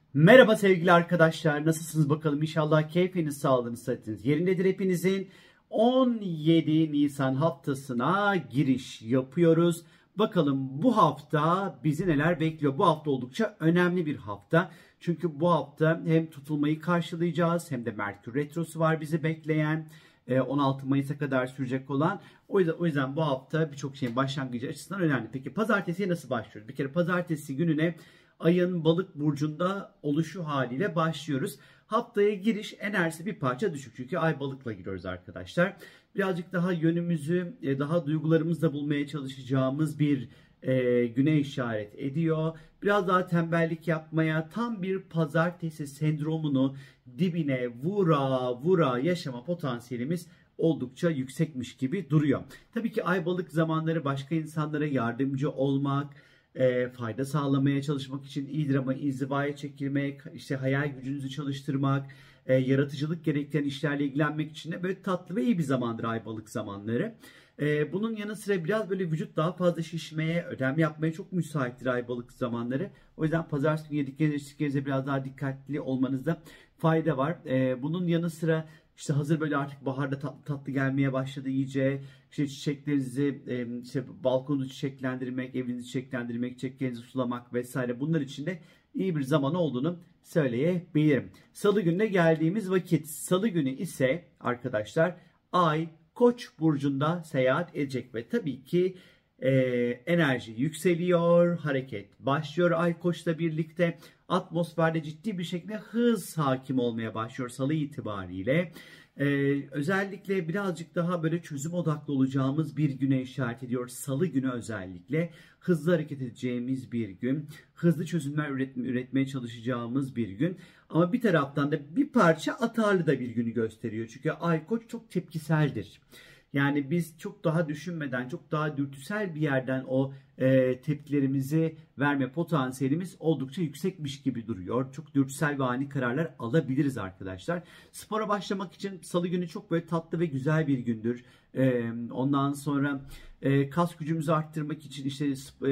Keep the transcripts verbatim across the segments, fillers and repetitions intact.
Merhaba sevgili arkadaşlar, nasılsınız bakalım? İnşallah keyfiniz, sağlığınız, sıhhatiniz yerindedir hepinizin. on yedi Nisan haftasına giriş yapıyoruz. Bakalım bu hafta bizi neler bekliyor? Bu hafta oldukça önemli bir hafta. Çünkü bu hafta hem tutulmayı karşılayacağız hem de Merkür Retrosu var bizi bekleyen. on altı Mayıs'a kadar sürecek olan. O yüzden, o yüzden bu hafta birçok şeyin başlangıcı açısından önemli. Peki pazartesiye nasıl başlıyoruz? Bir kere pazartesi gününe Ayın Balık burcunda oluşu haliyle başlıyoruz. Haftaya giriş enerjisi bir parça düşük çünkü Ay Balık'la giriyoruz arkadaşlar. Birazcık daha yönümüzü, daha duygularımızla bulmaya çalışacağımız bir e, güne işaret ediyor. Biraz daha tembellik yapmaya, tam bir pazartesi sendromunu dibine vura vura yaşama potansiyelimiz oldukça yüksekmiş gibi duruyor. Tabii ki Ay Balık zamanları başka insanlara yardımcı olmak, E, fayda sağlamaya çalışmak için iyidir ama inzivaya çekilmek, işte hayal gücünüzü çalıştırmak, e, yaratıcılık gerektiren işlerle ilgilenmek için de böyle tatlı ve iyi bir zamandır Ay Balık zamanları. E, bunun yanı sıra biraz böyle vücut daha fazla şişmeye, ödem yapmaya çok müsaittir Ay Balık zamanları. O yüzden pazartesi günü yedikleriniz içtiklerinize biraz daha dikkatli olmanızda fayda var. E, bunun yanı sıra İşte hazır böyle artık baharda tatlı tatlı gelmeye başladı iyice. İşte çiçeklerinizi, işte balkonunuzu çiçeklendirmek, evinizi çiçeklendirmek, çiçeklerinizi sulamak vesaire, bunlar için de iyi bir zaman olduğunu söyleyebilirim. Salı gününe geldiğimiz vakit, Salı günü ise arkadaşlar Ay Koç burcunda seyahat edecek ve tabii ki e, enerji yükseliyor, hareket başlıyor Ay Koç'la birlikte. Atmosferde ciddi bir şekilde hız hakim olmaya başlıyor Salı itibariyle. Ee, özellikle birazcık daha böyle çözüm odaklı olacağımız bir güne işaret ediyor. Salı günü özellikle hızlı hareket edeceğimiz bir gün. Hızlı çözümler üretme, üretmeye çalışacağımız bir gün. Ama bir taraftan da bir parça atarlı da bir günü gösteriyor. Çünkü Ay Koç çok tepkiseldir. Yani biz çok daha düşünmeden, çok daha dürtüsel bir yerden o e, tepkilerimizi verme potansiyelimiz oldukça yüksekmiş gibi duruyor. Çok dürtüsel ve ani kararlar alabiliriz arkadaşlar. Spora başlamak için Salı günü çok böyle tatlı ve güzel bir gündür. E, ondan sonra e, kas gücümüzü arttırmak için işte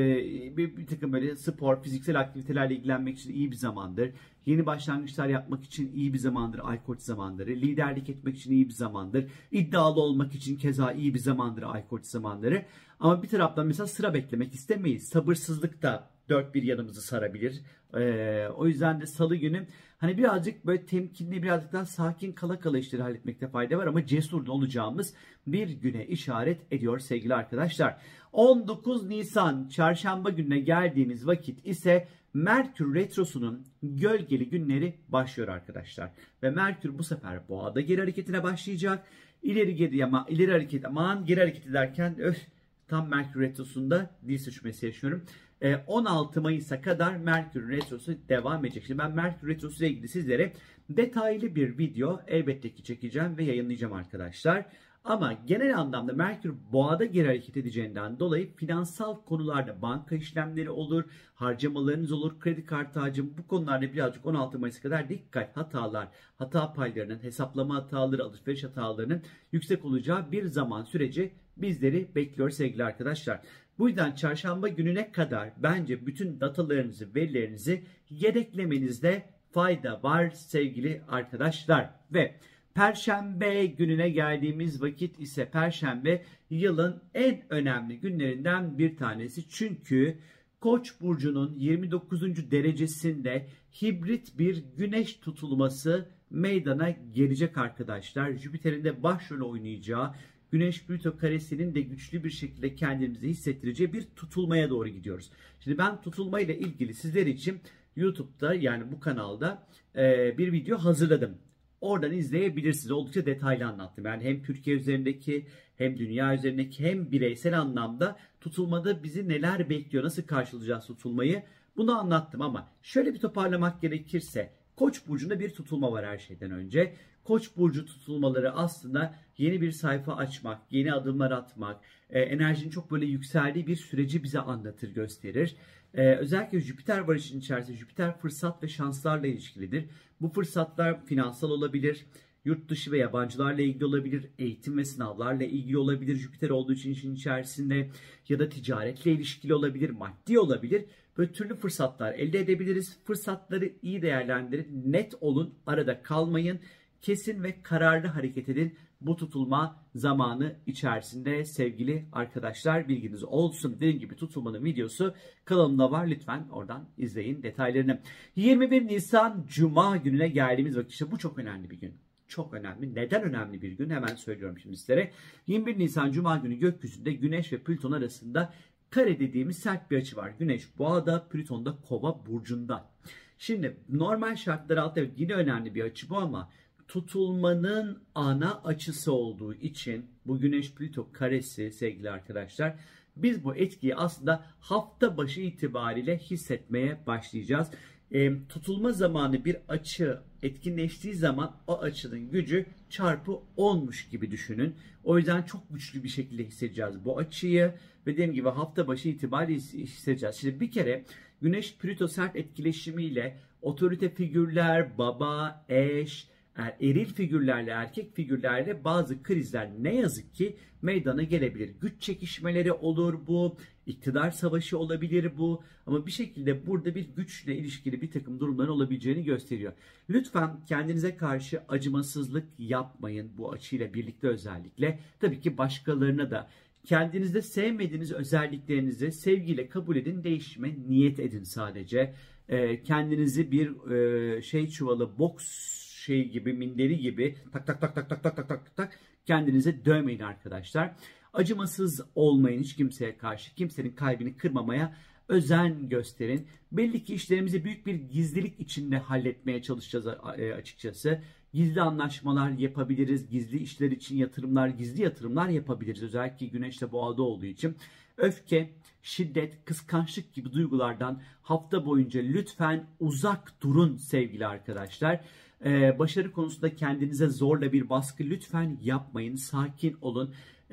e, bir, bir takım böyle spor, fiziksel aktivitelerle ilgilenmek için iyi bir zamandır. Yeni başlangıçlar yapmak için iyi bir zamandır Ay Koç zamanları. Liderlik etmek için iyi bir zamandır. İddialı olmak için keza iyi bir zamandır Ay Koç zamanları. Ama bir taraftan mesela sıra beklemek istemeyiz. Sabırsızlık da dört bir yanımızı sarabilir. Ee, o yüzden de Salı günü hani birazcık böyle temkinli, birazcık daha sakin kala kala işleri halletmekte fayda var ama cesur da olacağımız bir güne işaret ediyor sevgili arkadaşlar. on dokuz Nisan çarşamba gününe geldiğimiz vakit ise Merkür Retrosu'nun gölgeli günleri başlıyor arkadaşlar. Ve Merkür bu sefer Boğa'da geri hareketine başlayacak. İleri geri ama ileri hareket aman geri hareket ederken öf, tam Merkür Retrosu'nda dil sürçmesi yaşıyorum. on altı Mayıs'a kadar Merkür Retrosu devam edecek. Şimdi ben Merkür Retrosu ile ilgili sizlere detaylı bir video elbette ki çekeceğim ve yayınlayacağım arkadaşlar. Ama genel anlamda Merkür Boğa'da geri hareket edeceğinden dolayı finansal konularda banka işlemleri olur, harcamalarınız olur, kredi kartı harcamı, bu konularda birazcık on altı Mayıs'a kadar dikkat, hatalar, hata paylarının, hesaplama hataları, alışveriş hatalarının yüksek olacağı bir zaman süreci bizleri bekliyor sevgili arkadaşlar. Bu yüzden çarşamba gününe kadar bence bütün datalarınızı, verilerinizi yedeklemenizde fayda var sevgili arkadaşlar. Ve Perşembe gününe geldiğimiz vakit ise Perşembe yılın en önemli günlerinden bir tanesi. Çünkü Koç burcunun yirmi dokuzuncu derecesinde hibrit bir güneş tutulması meydana gelecek arkadaşlar. Jüpiter'in de başrol oynayacağı, Güneş Plüto karesinin de güçlü bir şekilde kendimizi hissettireceği bir tutulmaya doğru gidiyoruz. Şimdi ben tutulmayla ilgili sizler için YouTube'da, yani bu kanalda bir video hazırladım. Oradan izleyebilirsiniz. Oldukça detaylı anlattım. Yani hem Türkiye üzerindeki hem dünya üzerindeki hem bireysel anlamda tutulmada bizi neler bekliyor, nasıl karşılayacağız tutulmayı, bunu anlattım. Ama şöyle bir toparlamak gerekirse Koç burcunda bir tutulma var her şeyden önce. Koç burcu tutulmaları aslında yeni bir sayfa açmak, yeni adımlar atmak, e, enerjinin çok böyle yükseldiği bir süreci bize anlatır, gösterir. E, özellikle Jüpiter var işin içerisinde. Jüpiter fırsat ve şanslarla ilişkilidir. Bu fırsatlar finansal olabilir, yurt dışı ve yabancılarla ilgili olabilir, eğitim ve sınavlarla ilgili olabilir, Jüpiter olduğu için işin içerisinde, ya da ticaretle ilişkili olabilir, maddi olabilir. böyle türlü fırsatlar elde edebiliriz. Fırsatları iyi değerlendirin, net olun, arada kalmayın. Kesin ve kararlı hareket edin bu tutulma zamanı içerisinde sevgili arkadaşlar, bilginiz olsun. Dediğim gibi tutulmanın videosu kanalımda var, lütfen oradan izleyin detaylarını. yirmi bir Nisan Cuma gününe geldiğimiz vakit, işte bu çok önemli bir gün. Çok önemli. Neden önemli bir gün? Hemen söylüyorum şimdi sizlere. yirmi bir Nisan Cuma günü gökyüzünde Güneş ve Plüton arasında kare dediğimiz sert bir açı var. Güneş Boğa'da, Plüton da Kova burcunda. Şimdi normal şartlar altında evet, yine önemli bir açı bu ama tutulmanın ana açısı olduğu için bu Güneş Plüto karesi sevgili arkadaşlar, biz bu etkiyi aslında hafta başı itibariyle hissetmeye başlayacağız. E, tutulma zamanı bir açı etkinleştiği zaman o açının gücü çarpı onmuş gibi düşünün. O yüzden çok güçlü bir şekilde hissedeceğiz bu açıyı ve dediğim gibi hafta başı itibariyle hissedeceğiz. Şimdi bir kere Güneş Plüto sert etkileşimiyle otorite figürler, baba, eş, eril figürlerle, erkek figürlerle bazı krizler ne yazık ki meydana gelebilir. Güç çekişmeleri olur bu, iktidar savaşı olabilir bu, ama bir şekilde burada bir güçle ilişkili bir takım durumların olabileceğini gösteriyor. Lütfen kendinize karşı acımasızlık yapmayın bu açıyla birlikte özellikle. Tabii ki başkalarına da kendinizde sevmediğiniz özelliklerinizi sevgiyle kabul edin, değişime niyet edin sadece. Kendinizi bir şey çuvalı, boks şey gibi, minderi gibi tak tak tak tak tak tak tak tak tak kendinize dövmeyin arkadaşlar. Acımasız olmayın hiç kimseye karşı. Kimsenin kalbini kırmamaya özen gösterin. Belli ki işlerimizi büyük bir gizlilik içinde halletmeye çalışacağız açıkçası. Gizli anlaşmalar yapabiliriz. Gizli işler için yatırımlar, gizli yatırımlar yapabiliriz. Özellikle Güneş'te Boğa'da olduğu için. Öfke, şiddet, kıskançlık gibi duygulardan hafta boyunca lütfen uzak durun sevgili arkadaşlar. Ee, başarı konusunda kendinize zorla bir baskı lütfen yapmayın. Sakin olun.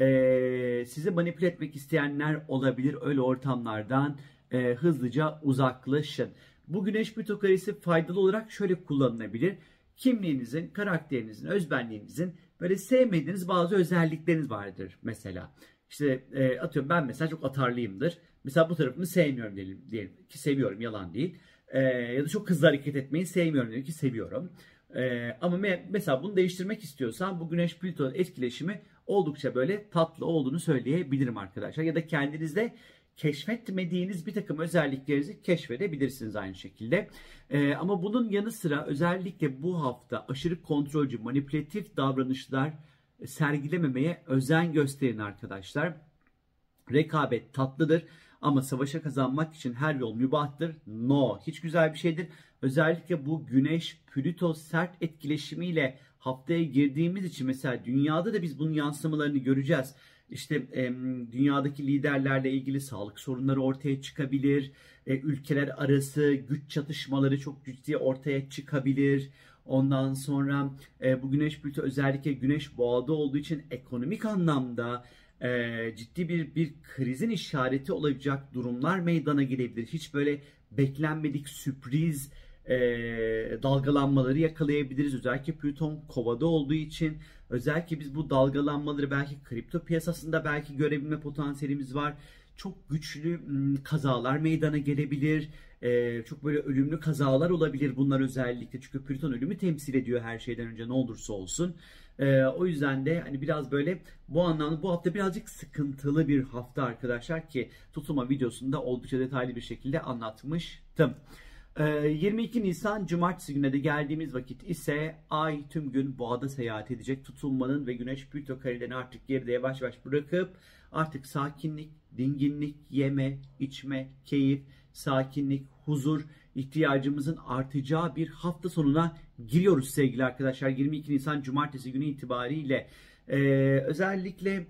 Ee, sizi manipüle etmek isteyenler olabilir. Öyle ortamlardan e, hızlıca uzaklaşın. Bu Güneş Plüto karesi faydalı olarak şöyle kullanılabilir. Kimliğinizin, karakterinizin, özbenliğinizin böyle sevmediğiniz bazı özellikleriniz vardır mesela. İşte e, atıyorum ben mesela çok atarlıyımdır. Mesela bu tarafımı sevmiyorum diyelim, diyelim ki seviyorum, yalan değil. E, ya da çok hızlı hareket etmeyi sevmiyorum diyelim ki seviyorum. E, ama me mesela bunu değiştirmek istiyorsan bu Güneş Plüto etkileşimi oldukça böyle tatlı olduğunu söyleyebilirim arkadaşlar. Ya da kendinizde keşfetmediğiniz bir takım özelliklerinizi keşfedebilirsiniz aynı şekilde. Ee, ama bunun yanı sıra özellikle bu hafta aşırı kontrolcü, manipülatif davranışlar sergilememeye özen gösterin arkadaşlar. Rekabet tatlıdır ama savaşa kazanmak için her yol mübahtır. No, hiç güzel bir şeydir. Özellikle bu Güneş Plüto sert etkileşimiyle haftaya girdiğimiz için mesela dünyada da biz bunun yansımalarını göreceğiz. İşte e, dünyadaki liderlerle ilgili sağlık sorunları ortaya çıkabilir. E, ülkeler arası güç çatışmaları çok ciddi ortaya çıkabilir. Ondan sonra e, bu Güneş Plüto özellikle Güneş Boğa'da olduğu için ekonomik anlamda e, ciddi bir bir krizin işareti olacak durumlar meydana gelebilir. Hiç böyle beklenmedik sürpriz e, dalgalanmaları yakalayabiliriz. Özellikle Plüton Kova'da olduğu için özellikle biz bu dalgalanmaları belki kripto piyasasında belki görebilme potansiyelimiz var. Çok güçlü kazalar meydana gelebilir. Ee, çok böyle ölümlü kazalar olabilir bunlar özellikle. Çünkü Plüton ölümü temsil ediyor her şeyden önce ne olursa olsun. Ee, o yüzden de hani biraz böyle bu anlamda bu hafta birazcık sıkıntılı bir hafta arkadaşlar ki tutulma videosunda oldukça detaylı bir şekilde anlatmıştım. yirmi iki Nisan Cumartesi gününe de geldiğimiz vakit ise Ay tüm gün Boğa'da seyahat edecek. Tutulmanın ve Güneş Plüto karelerini artık geride yavaş yavaş bırakıp artık sakinlik, dinginlik, yeme, içme, keyif, sakinlik, huzur ihtiyacımızın artacağı bir hafta sonuna giriyoruz sevgili arkadaşlar. yirmi iki Nisan Cumartesi günü itibariyle ee, özellikle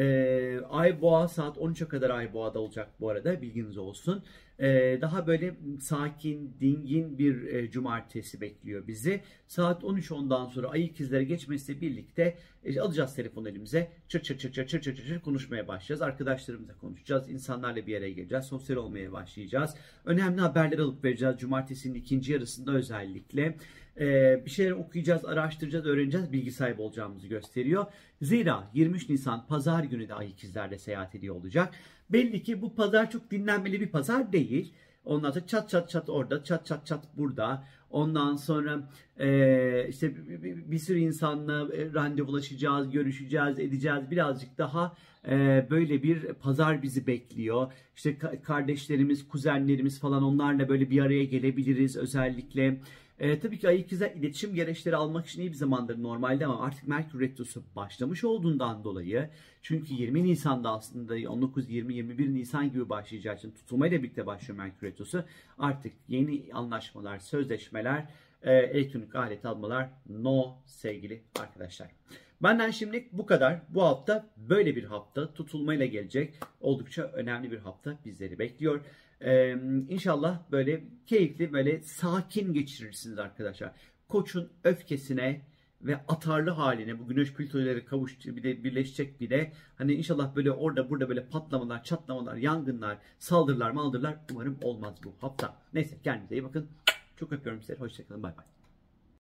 Ee, Ay Boğa saat on üçe kadar Ay Boğa'da olacak bu arada, bilginiz olsun. Ee, daha böyle sakin, dingin bir e, cumartesi bekliyor bizi. Saat on üç ondan sonra Ay ikizlere geçmesiyle birlikte e, alacağız telefonu elimize. Çır çır çır çır çır çır çır konuşmaya başlayacağız. Arkadaşlarımızla konuşacağız. İnsanlarla bir araya geleceğiz. Sosyal olmaya başlayacağız. Önemli haberler alıp vereceğiz. Cumartesinin ikinci yarısında özellikle. Ee, bir şeyler okuyacağız, araştıracağız, öğreneceğiz, bilgi sahibi olacağımızı gösteriyor. Zira yirmi üç Nisan Pazar günü de Ay ikizlerle seyahat ediyor olacak. Belli ki bu pazar çok dinlenmeli bir pazar değil. Ondan sonra çat çat çat orada, çat çat çat burada. Ondan sonra e, işte bir, bir sürü insanla e, randevulaşacağız, görüşeceğiz, edeceğiz. Birazcık daha e, böyle bir pazar bizi bekliyor. İşte ka- kardeşlerimiz, kuzenlerimiz falan, onlarla böyle bir araya gelebiliriz özellikle. E, tabii ki ayı ikizler iletişim gereçleri almak için iyi bir zamandır normalde, ama artık Merkür Retrosu başlamış olduğundan dolayı, çünkü yirmi Nisan'da aslında on dokuz, yirmi, yirmi bir Nisan gibi başlayacağı için tutulmayla birlikte başlıyor Merkür Retrosu. Artık yeni anlaşmalar, sözleşmeler, e, elektronik alet almalar no sevgili arkadaşlar. Benden şimdilik bu kadar. Bu hafta böyle bir hafta tutulmayla gelecek. Oldukça önemli bir hafta bizleri bekliyor. Ee, İnşallah böyle keyifli, böyle sakin geçirirsiniz arkadaşlar. Koç'un öfkesine ve atarlı haline, bu güneş plütoları kavuştu, bir de birleşecek, bir de hani inşallah böyle orada burada böyle patlamalar, çatlamalar, yangınlar, saldırılar, maldırlar umarım olmaz bu hafta. Neyse, kendinize iyi bakın. Çok öpüyorum sizleri. Hoşçakalın. Bay bay.